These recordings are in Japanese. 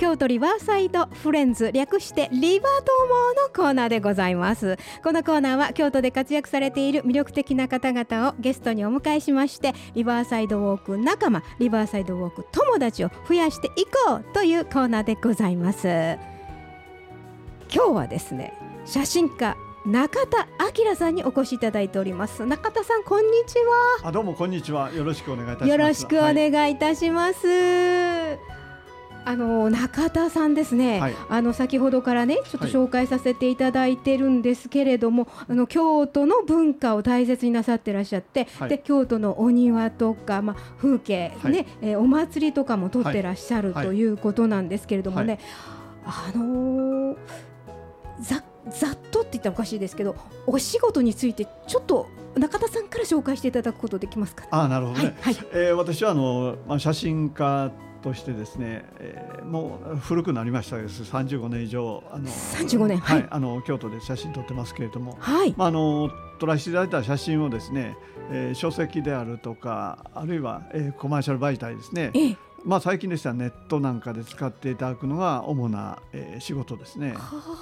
京都リバーサイドフレンズ、略してリバ友のコーナーでございます。このコーナーは京都で活躍されている魅力的な方々をゲストにお迎えしまして、リバーサイドウォーク仲間、リバーサイドウォーク友達を増やしていこうというコーナーでございます。今日はですね、写真家中田明さんにお越しいただいております。中田さん、こんにちは。 どうもこんにちは。よろしくお願いいたします。 よろしくお願いいたします。中田さんですね、先ほどからねちょっと紹介させていただいてるんですけれども、京都の文化を大切になさってらっしゃって、で京都のお庭とか、風景、ねお祭りとかも撮ってらっしゃる、ということなんですけれどもね、ざっとって言ったらおかしいですけど、お仕事についてちょっと中田さんから紹介していただくことできますか。 なるほどね。私は写真家としてですね、もう古くなりましたです。35年以上 35年、 京都で写真撮ってますけれども、撮らせていただいた写真をですね、書籍であるとか、あるいは、コマーシャル媒体ですね、最近でしたらネットなんかで使っていただくのが主な、仕事ですね。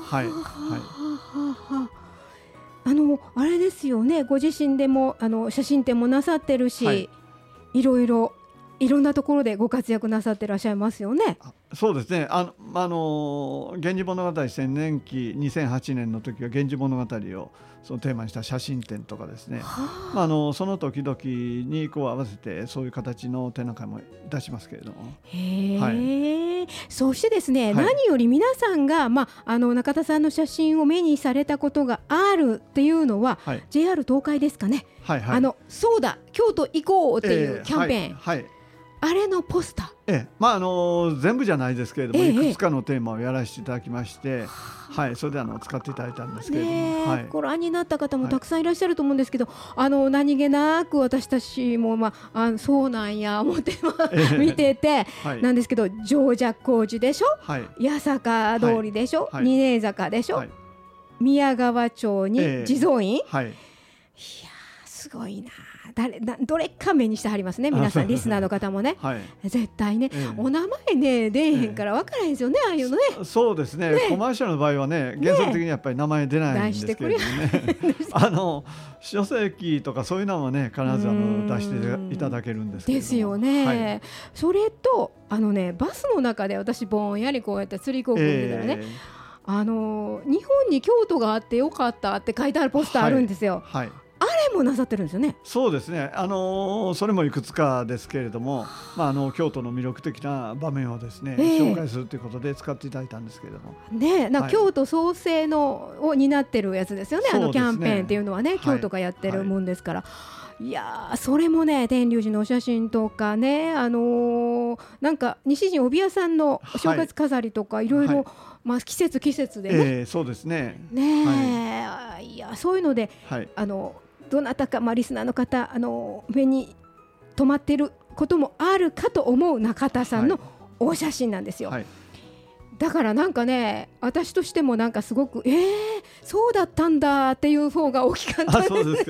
あれですよね、ご自身でも写真展もなさってるし、いろんなところでご活躍なさってらっしゃいますよね。 そうですね。源氏物語千年記2008年の時は源氏物語をそのテーマにした写真展とかですね、その時々に合わせてそういう形の展覧会もいたしますけれども。 そしてですね、何より皆さんが、中田さんの写真を目にされたことがあるっていうのは、JR 東海ですかね。そうだ京都行こうっていうキャンペーン、あれのポスター、全部じゃないですけれども、いくつかのテーマをやらせていただきまして、それで使っていただいたんですけれども、 ご覧になった方もたくさんいらっしゃると思うんですけど、何気なく私たちも、そうなんや思って見てて、なんですけど、常寂光寺でしょ、八坂通りでしょ、二年坂でしょ、宮川町に地蔵院、いやすごいな。どれか目にしてはりますね、皆さんリスナーの方もね、絶対ね、お名前ね出えへんから分からへんですよね、ああいうのね。 そうですね、コマーシャルの場合はね、原則的にやっぱり名前出ないんですけれどもね、書籍とかそういうのもね必ず出していただけるんですけれども。ですよね。 それとバスの中で私ぼんやりこうやって釣り航空見てたらね、日本に京都があってよかったって書いてあるポスターあるんですよ。あれもなさってるんですよね。 そうですね、それもいくつかですけれども、京都の魅力的な場面をですね、紹介するということで使っていただいたんですけれども、 京都創生のを担ってるやつですよね、キャンペーンっていうのはね、京都がやってるもんですから、いやそれもね、天龍寺のお写真とかね、なんか西陣帯屋さんのお正月飾りとか、いろいろ季節でね、 そうですね。 いやそういうので、どなたか、リスナーの方目に留まっていることもあるかと思う中田さんのお写真なんですよ。だからなんかね、私としてもなんかすごくそうだったんだっていう方が大きかったです。 そうですか。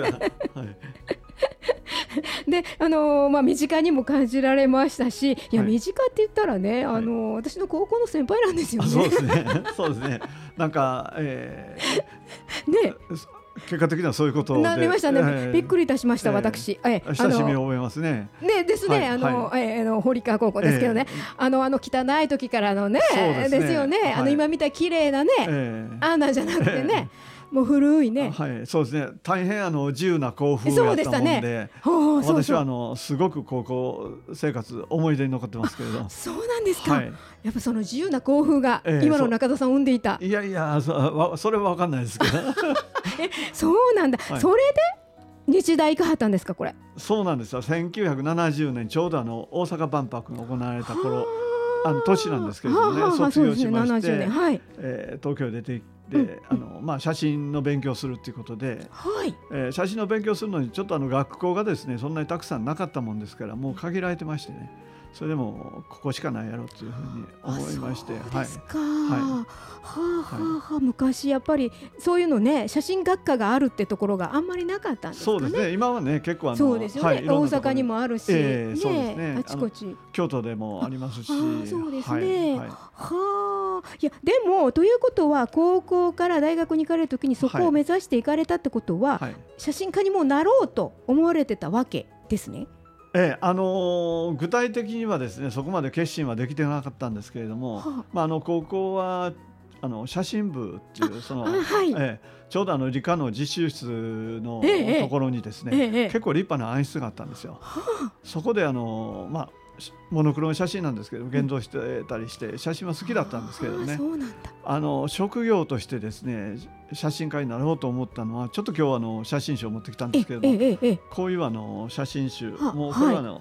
で身近にも感じられましたし、いや身近って言ったらね、私の高校の先輩なんですよね。 そうですね。そうですね。なんか結果的にはそういうことでなりましたね。びっくりいたしました、私。 親しみを覚えますね。 ですね、堀川高校ですけどね、汚い時からのね、ですよね。今見た綺麗なね、アンナじゃなくてね、もう古いね。 そうですね。大変自由な校風やったもんで、私はすごく高校生活思い出に残ってますけれど。 そうなんですか。やっぱその自由な校風が今の中田さんを生んでいた。 いやいや、それは分かんないですけど。 そうなんだ。それで日大行かはったんですか、これ。 そうなんですよ。1970年ちょうど大阪万博が行われた頃年なんですけれどもね、卒業しまして、東京へ出てで写真の勉強するということで、写真の勉強するのにちょっと学校がですねそんなにたくさんなかったもんですから、もう限られてましてね、それでもここしかないやろというふうに思いまして、 そうですか。 昔やっぱりそういうのね、写真学科があるってところがあんまりなかったんですかね。 そうですね、今はね結構そうですよね、大阪にもあるし、 そうですね、 あちこち京都でもありますし。 そうですね。いやでもということは高校から大学に行かれるときにそこを目指して行かれたってことは、写真家にもなろうと思われてたわけですね。 具体的にはですねそこまで決心はできてなかったんですけれども、高校は写真部っていうちょうど理科の実習室のところにですね、結構立派な暗室があったんですよ。そこでモノクロの写真なんですけど現像してたりして写真は好きだったんですけどね、職業としてですね写真家になろうと思ったのはちょっと今日写真集を持ってきたんですけれども、こういう写真集、もうこれは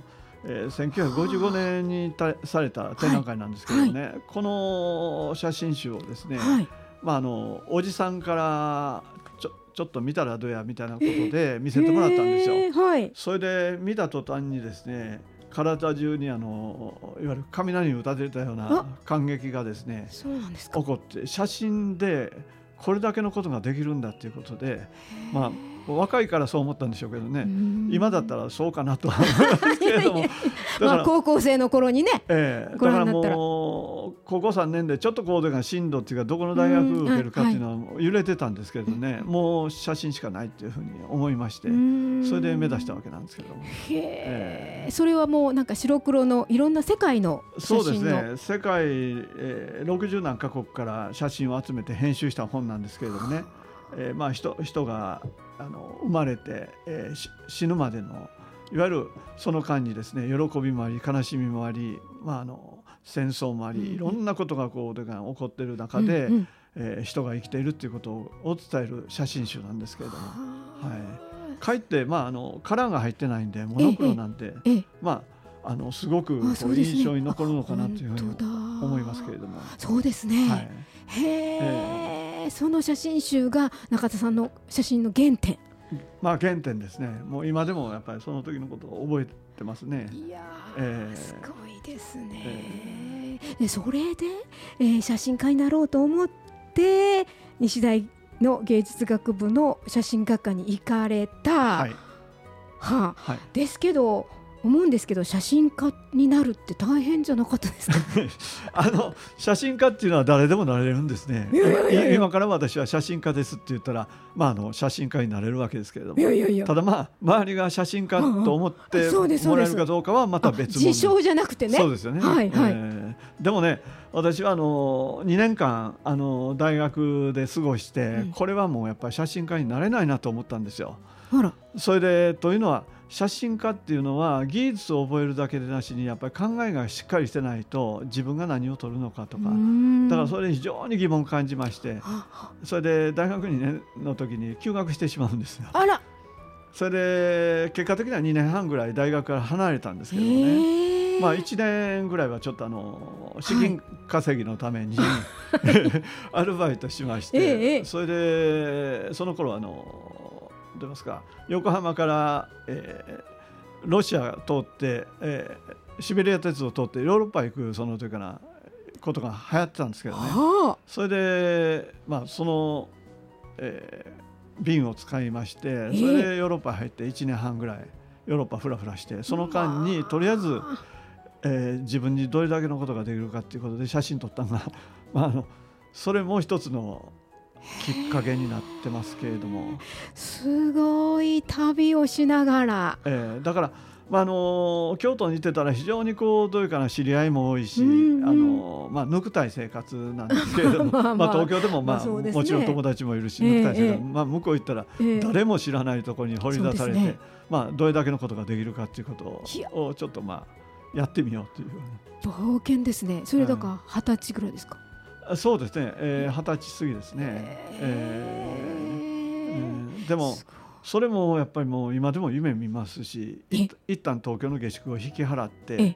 1955年にされた展覧会なんですけどね、この写真集をですね、おじさんからちょっと見たらどうやみたいなことで見せてもらったんですよ。それで見た途端にですね体中にいわゆる雷に打たれたような感激がですね起こって、写真でこれだけのことができるんだっていうことで、若いからそう思ったんでしょうけどね、今だったらそうかなとは思いますけれどもだから高校生の頃にね、 だからもう高校3年でちょっとこう進路っていうかどこの大学受けるかっていうのは揺れてたんですけれどね、もう写真しかないっていうふうに思いまして、それで目指したわけなんですけども、 それはもうなんか白黒のいろんな世界の写真の、 そうですね、世界、60何カ国から写真を集めて編集した本なんですけれどもね、人が生まれて、死ぬまでのいわゆるその間にですね喜びもあり悲しみもあり、戦争もあり、いろんなことが起こっている中で、人が生きているということを伝える写真集なんですけれども、かえってカラーが入ってないんでモノクロなんてすごく印象に残るのかなというふうに思いますけれども。 そうですね、その写真集が中田さんの写真の原点。 原点ですね。もう今でもやっぱりその時のことを覚えてますね。 いやすごいですね。でそれで、写真家になろうと思って日大の芸術学部の写真学科に行かれた、ですけど思うんですけど写真家になるって大変じゃなかったですか？ 写真家っていうのは誰でもなれるんですね。今から私は写真家ですって言ったら、写真家になれるわけですけれども、ただ周りが写真家と思ってもらえるかどうかはまた別物。 自称じゃなくてね。 そうですよね。でもね私は2年間大学で過ごして、これはもうやっぱり写真家になれないなと思ったんですよ。それでというのは写真家っていうのは技術を覚えるだけでなしにやっぱり考えがしっかりしてないと自分が何を撮るのかとか、だからそれに非常に疑問を感じまして、それで大学2年の時に休学してしまうんですよ。それで結果的には2年半ぐらい大学から離れたんですけどもね、1年ぐらいはちょっと資金稼ぎのために、アルバイトしまして、それでその頃どう言いますか、横浜から、ロシア通って、シベリア鉄道を通ってヨーロッパ行くその時からことが流行ってたんですけどね、それで、その、便を使いまして、それでヨーロッパ入って1年半ぐらいヨーロッパフラフラして、その間にとりあえず、自分にどれだけのことができるかということで写真撮ったのがそれも一つのきっかけになってますけれども、 すごい旅をしながら、 だから、京都にいてたら非常にどういうかな知り合いも多いし、ぬくたい生活なんですけれども東京でも、もちろん友達もいるし、ぬくたい生活、向こう行ったら誰も知らないところに掘り出されて、どれだけのことができるかということをちょっとやってみようという冒険ですね。それだから20歳ぐらいですか？ そうですね、20歳過ぎですね。でもそれもやっぱりもう今でも夢見ますし、一旦東京の下宿を引き払って、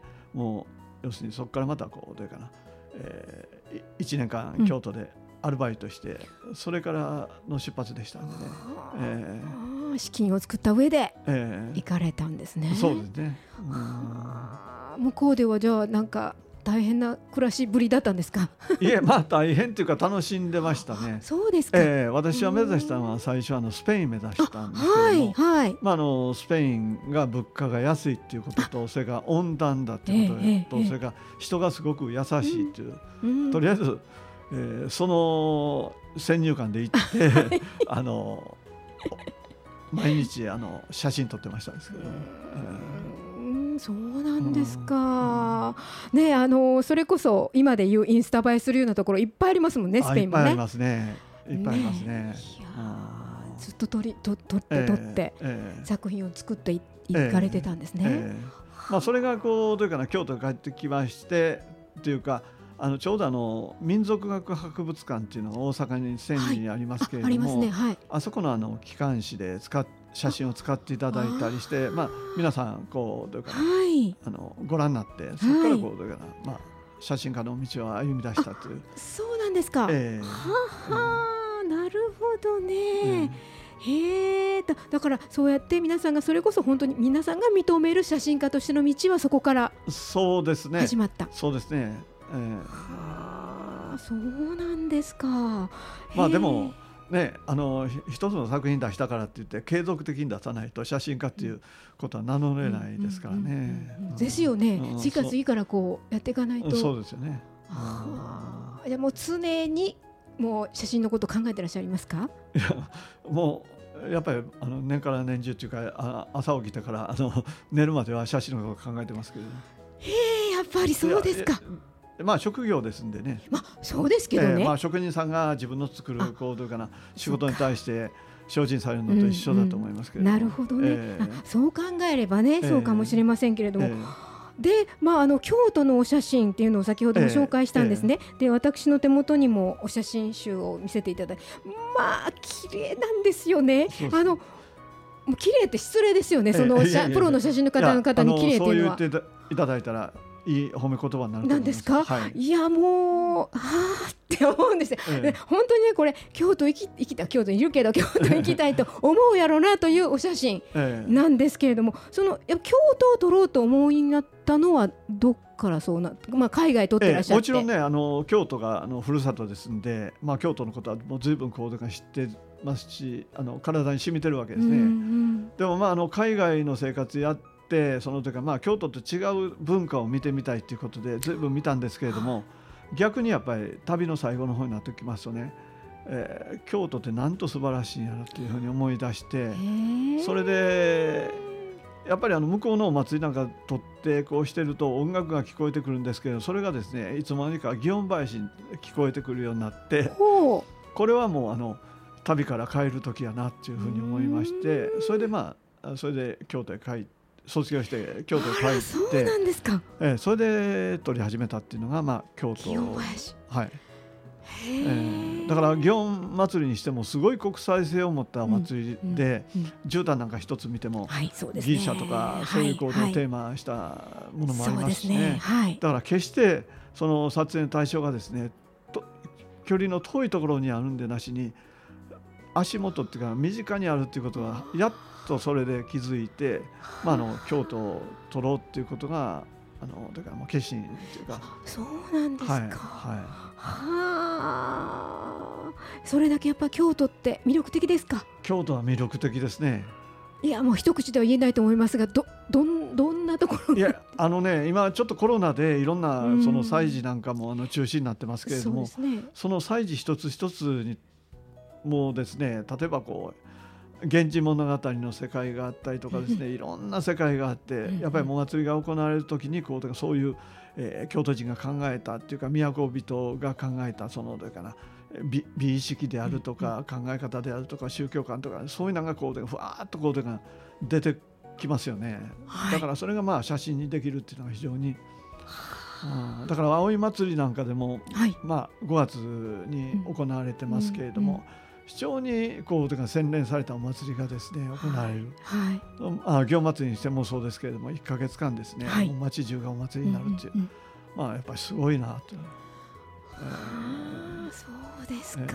もう要するにそこからまたどういうかな、1年間京都でアルバイトして、それからの出発でしたんでね、 資金を作った上で行かれたんですね。 そうですね。 向こうではじゃあなんか大変な暮らしぶりだったんですか？ いえ、まあ大変というか楽しんでましたね。 そうですか。 私は目指したのは最初スペイン目指したんですけども、 はいはい、 まあ、スペインが物価が安いっていうことと、それから温暖だっていうことと、それから人がすごく優しいという、とりあえず、その先入観で行って毎日写真撮ってましたんですけど、 そうなんですか、ね、それこそ今でいうインスタ映えするようなところいっぱいありますもんね、スペインもね。 いっぱいありますね、いっぱいありますね。 ずっと撮って作品を作っていかれてたんですね。 まあ、それがこうどういうかな、京都に帰ってきましてというか、ちょうど民族学博物館っていうのが大阪に千里にありますけれども、 ありますね、はい、 あそこの機関誌で写真を使っていただいたりして、まあ、皆さんこうどういうかな、はい、ご覧になって、そこからこうどういうかな、まあ、写真家の道を歩み出したという。 そうなんですか。はは、なるほどね。だからそうやって皆さんがそれこそ本当に皆さんが認める写真家としての道はそこから始まった。 そうですね。 そうなんですか。 まあでもね、一つの作品出したからって言って継続的に出さないと写真家っていうことは名乗れないですからね。 ですよね。次から次からこうやっていかないと。 そうですよね。 じゃあもう常にもう写真のことを考えてらっしゃいますか？ いや、もうやっぱり年から年中っていうか、朝起きてから寝るまでは写真のことを考えてますけど。 やっぱりそうですか。 まあ職業ですんでね。 まあそうですけどね。 まあ職人さんが自分の作るこうどうかな仕事に対して精進されるのと一緒だと思いますけれども。 なるほどね。そう考えればね、そうかもしれませんけれども。で、まあ京都のお写真っていうのを先ほども紹介したんですね。で、私の手元にもお写真集を見せていただいて、まあ綺麗なんですよね。もう綺麗って失礼ですよね。そのプロの写真の方に綺麗っていうのは。 そう言っていただいたらいい褒め言葉になると思います。 なんですか？はい、いやもうって思うんですよ。本当にね、これ京都京都にいるけど京都行きたいと思うやろうなというお写真なんですけれども、その京都を撮ろうと思いになったのはどっからそうな、まあ、海外撮ってらっしゃって、 もちろんね、京都がふるさとですんで、まあ、京都のことはもう随分こう知ってますし、体に染みてるわけですね。でもまあ海外の生活やってその時はまあ京都と違う文化を見てみたいということで随分見たんですけれども、逆にやっぱり旅の最後の方になってきますとね、京都ってなんと素晴らしいんやろっていうふうに思い出して、それでやっぱり向こうのお祭りなんか撮ってこうしてると音楽が聞こえてくるんですけど、それがですねいつの間にか祇園林に聞こえてくるようになって、これはもう旅から帰る時やなっていうふうに思いまして、それで京都へ卒業して京都へ帰って、 そうなんですか。 それで撮り始めたっていうのが、まあ、京都、はい、だから祇園祭にしてもすごい国際性を持ったお祭りで、絨毯なんか一つ見ても、ギリシャとかそういうことをテーマしたものもありますしね。だから決してその撮影の対象がですね距離の遠いところにあるんでなしに足元っていうか身近にあるっていうことがやっとそれで気づいて、まあ、京都を撮ろうっていうことがだからもう決心っていうか。 そうなんですか。それだけやっぱ京都って魅力的ですか？ 京都は魅力的ですね。 いやもう一口では言えないと思いますが、どんなところ？ いや今ちょっとコロナでいろんなその祭事なんかも中止になってますけれども、その祭事一つ一つにもうですね、例えばこう源氏物語の世界があったりとかですね、いろんな世界があって、やっぱりお祭りが行われる時にこうそういう、京都人が考えたっていうか都人が考えたそのどうかな美意識であるとか考え方であるとか宗教観とかそういうのがこうふわーっとこう出てきますよね。だからそれがまあ写真にできるっていうのが非常に、だから葵祭なんかでも、まあ5月に行われてますけれども、非常にこう洗練されたお祭りがですね行われる。祇園祭にしてもそうですけれども1ヶ月間ですね、もう街中がお祭りになるっていう、まあやっぱりすごいなと。 そうですか。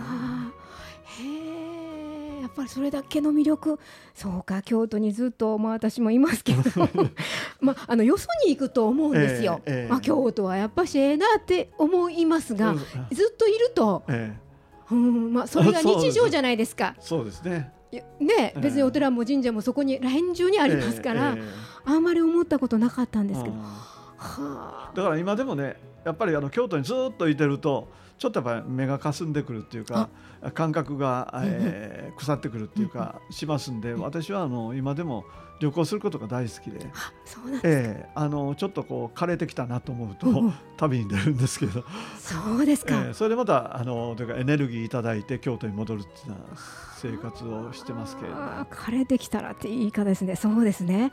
やっぱりそれだけの魅力。そうか、京都にずっと、私もいますけどよそに行くと思うんですよ。京都はやっぱしなって思いますが、ずっといると、それが日常じゃないですか。 そうですね。 別にお寺も神社もそこにらへん中にありますから、あんまり思ったことなかったんですけど、 だから今でもね、やっぱり京都にずっといてるとちょっとやっぱり目がかすんでくるっていうか、感覚が、腐ってくるっていうかしますんで、私は今でも旅行することが大好きで、 そうなんですか。 ちょっと枯れてきたなと思うと、旅に出るんですけど。 そうですか。 それでまたというかエネルギーいただいて京都に戻るっていうような生活をしてますけれども。 枯れてきたらって言い方ですね。そうですね。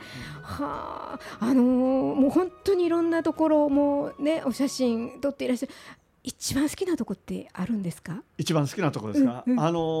もう本当にいろんなところもね、お写真撮っていらっしゃる。一番好きなとこってあるんですか？ 一番好きなところですか？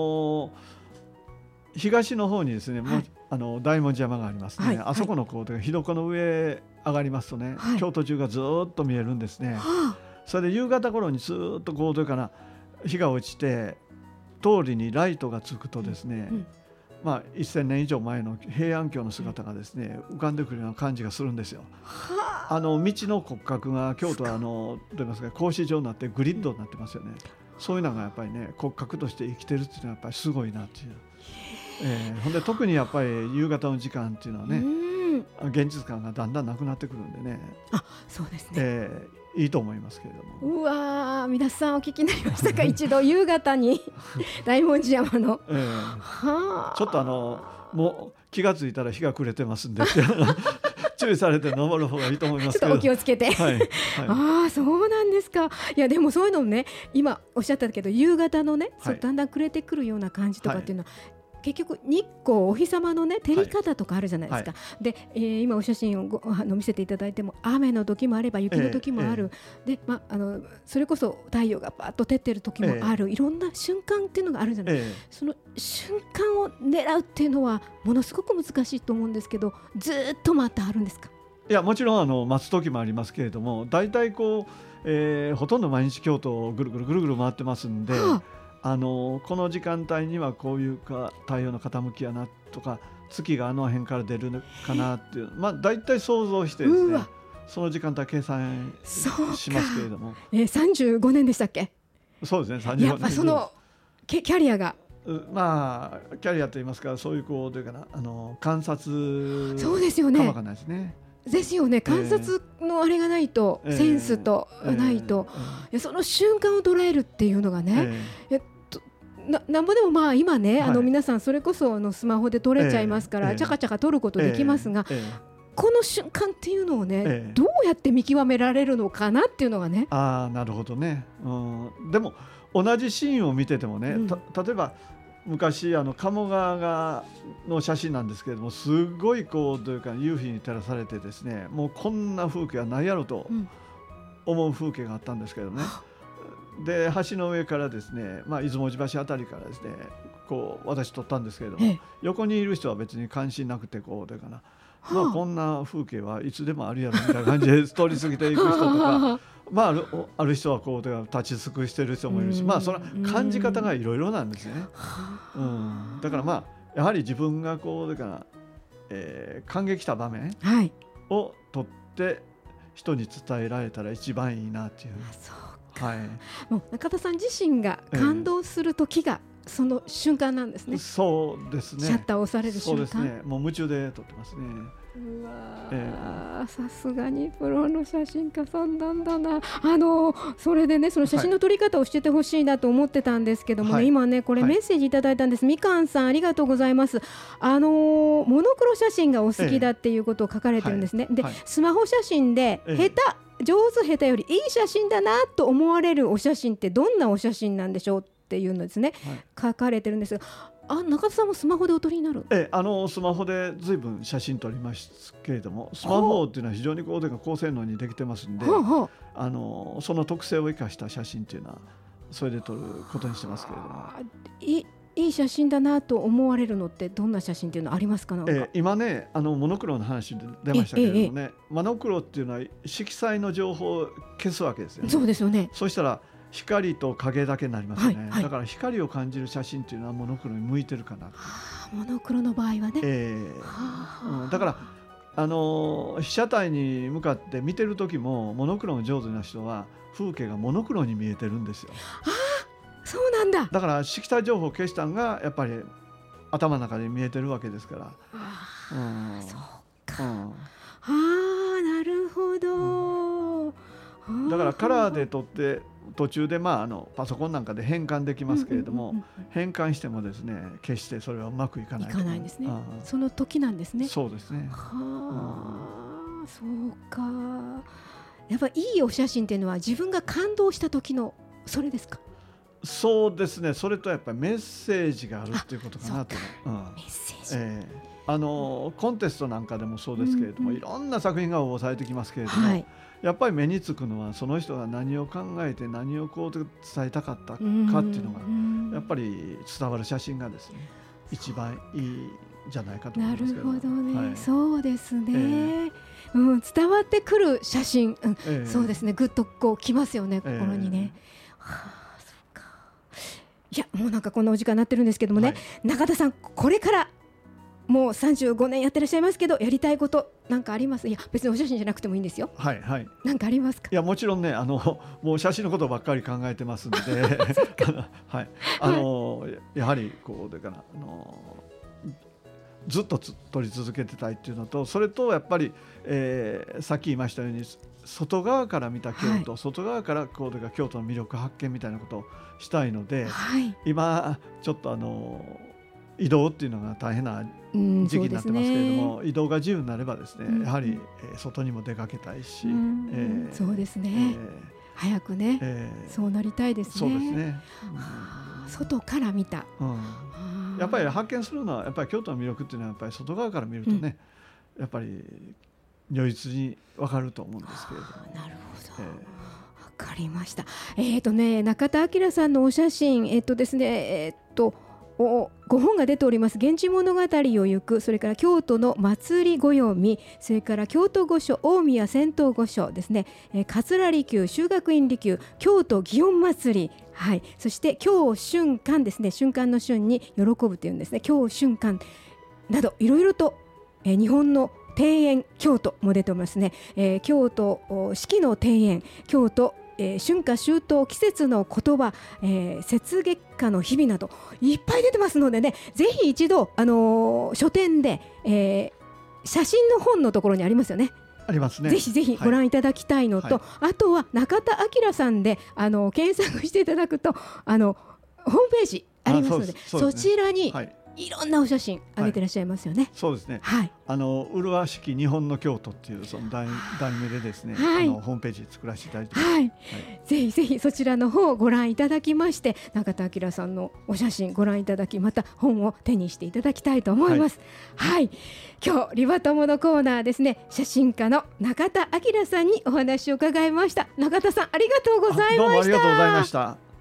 東の方にですね、大文字山がありますね。あそこの日床の上上がりますとね、京都中がずっと見えるんですね。それで夕方頃にずっとというかな、日が落ちて通りにライトがつくとですね、1000年以上前の平安京の姿がですね、浮かんでくるような感じがするんですよ。道の骨格が京都はどう言いますか、格子状になってグリッドになってますよね。そういうのがやっぱりね、骨格として生きてるっていうのはやっぱりすごいなっていう。ほんで特にやっぱり夕方の時間っていうのはね、現実感がだんだんなくなってくるんでね。 そうですね。 いいと思いますけれども。 うわー、皆さんお聞きになりましたか？一度夕方に大文字山の、 ちょっともう気がついたら日が暮れてますんで注意されて登る方がいいと思いますけど、 ちょっとお気をつけて。そうなんですか。いやでもそういうのね、今おっしゃったけど夕方のね、だんだん暮れてくるような感じとかっていうのは、結局日光お日様のね照り方とかあるじゃないですか。で、今お写真を見せていただいても、雨の時もあれば雪の時もある。で、それこそ太陽がパッと照ってる時もある。いろんな瞬間っていうのがあるじゃない。その瞬間を狙うっていうのはものすごく難しいと思うんですけど、ずっと待ってあるんですか？ いや、もちろん待つ時もありますけれども、だいたいほとんど毎日京都をぐるぐるぐるぐる回ってますんで、この時間帯にはこういう太陽の傾きやなとか、月が辺から出るかなっていう、だいたい想像してですね、その時間帯計算しますけれども。 35年でしたっけ？ そうですね、35年。 やっぱそのキャリアがキャリアといいますか、そういうというかな、観察そうですよね。 かもわかんないですね。 ですよね。観察のあれがないと、センスとないと、その瞬間を捉えるっていうのがね、なんぼでも今ね、皆さんそれこそスマホで撮れちゃいますから、チャカチャカ撮ることできますが、この瞬間っていうのをね、どうやって見極められるのかなっていうのがね。 なるほどね。でも同じシーンを見ててもね、例えば昔鴨川の写真なんですけれども、すごいというか夕日に照らされてですね、もうこんな風景はないやろと思う風景があったんですけどね。で橋の上からですね、出雲寺橋あたりからですね、私撮ったんですけれども、横にいる人は別に関心なくてというかな、こんな風景はいつでもあるやろみたいな感じで通り過ぎていく人とかある人は立ち尽くしてる人もいるし、その感じ方がいろいろなんですね。だからやはり自分が感激した場面を撮って人に伝えられたら一番いいなっていう。 もう中田さん自身が感動する時がその瞬間なんですね。 そうですね。 シャッターを押される瞬間。 そうですね。もう夢中で撮ってますね。 うわ、さすがにプロの写真家さんなんだな。それでね、その写真の撮り方をしててほしいなと思ってたんですけどもね、今ねこれメッセージいただいたんです。みかんさんありがとうございます。モノクロ写真がお好きだっていうことを書かれてるんですね。で、スマホ写真で上手下手よりいい写真だなと思われるお写真ってどんなお写真なんでしょうっていうのですね、書かれてるんですが、中田さんもスマホでお撮りになる？ スマホで随分写真撮りますけれども、スマホっていうのは非常に高性能にできてますんで、その特性を生かした写真っていうのはそれで撮ることにしてますけれども。 いい写真だなと思われるのってどんな写真っていうのありますか？ 今ね、モノクロの話出ましたけれどもね、モノクロっていうのは色彩の情報を消すわけですよね。 そうですよね。 そうしたら光と影だけになりますよね。だから光を感じる写真っていうのはモノクロに向いてるかな。 モノクロの場合はね。 だから被写体に向かって見てる時もモノクロの上手な人は風景がモノクロに見えてるんですよ。 ああ、そうなんだ。 だから色彩情報を消したんがやっぱり頭の中で見えてるわけですから。 そうか。なるほど。 だからカラーで撮って途中でパソコンなんかで変換できますけれども、変換してもですね決してそれはうまくいかない。 いかないんですね。その時なんですね。 そうですね。 そうか。やっぱいいお写真っていうのは自分が感動した時のそれですか。 そうですね。それとやっぱりメッセージがあるっていうことかなと。 メッセージ。 コンテストなんかでもそうですけれども、いろんな作品が応募されてきますけれども、やっぱり目につくのはその人が何を考えて何をこう伝えたかったかっていうのがやっぱり伝わる写真がですね一番いいんじゃないかと思いますけど。 なるほどね。そうですね。伝わってくる写真、そうですね。ぐっとこうきますよね、心にね。そうか。いや、もうなんかこんなお時間になってるんですけどもね、中田さん、これからもう35年やってらっしゃいますけど、やりたいことなんかあります？いや、別にお写真じゃなくてもいいんですよ。なんかありますか？ いや、もちろんね、もう写真のことばっかり考えてますのでやはりこうでからずっと撮り続けてたいっていうのと、それとやっぱり、さっき言いましたように外側から見た京都、外側からこうでか京都の魅力発見みたいなことをしたいので、今ちょっと移動っていうのが大変な時期になってますけれども、移動が自由になればですね、やはり外にも出かけたいし、 そうですね、早くね、そうなりたいですね。 そうですね。 外から見た、 やっぱり発見するのはやっぱり京都の魅力っていうのはやっぱり外側から見るとね、やっぱり如実に分かると思うんですけれども。 なるほど。分かりました。中田彰さんのお写真、ですね、5本が出ております。源氏物語を行く、それから京都の祭り暦、それから京都御所、大宮銭湯御所ですね、桂離宮、修学院離宮、京都祇園祭り、そして京春館ですね、春館の春に喜ぶというんですね、京春館などいろいろと、日本の庭園京都も出ておりますね。京都四季の庭園、京都春夏秋冬季節の言葉、雪月花の日々などいっぱい出てますのでね、ぜひ一度、書店で、写真の本のところにありますよね。 ありますね。 ぜひぜひご覧いただきたいのと、あとは中田彰さんで検索していただくとホームページありますので、そちらに、いろんなお写真上げてらっしゃいますよね。 そうですね。麗しき日本の京都っていうその題名でですね、ホームページ作らせていただいてます。 ぜひぜひそちらの方をご覧いただきまして、中田彰さんのお写真ご覧いただき、また本を手にしていただきたいと思います。今日リバ友のコーナーですね、写真家の中田彰さんにお話を伺いました。中田さん、ありがとうございました。 どうもありがとうございました。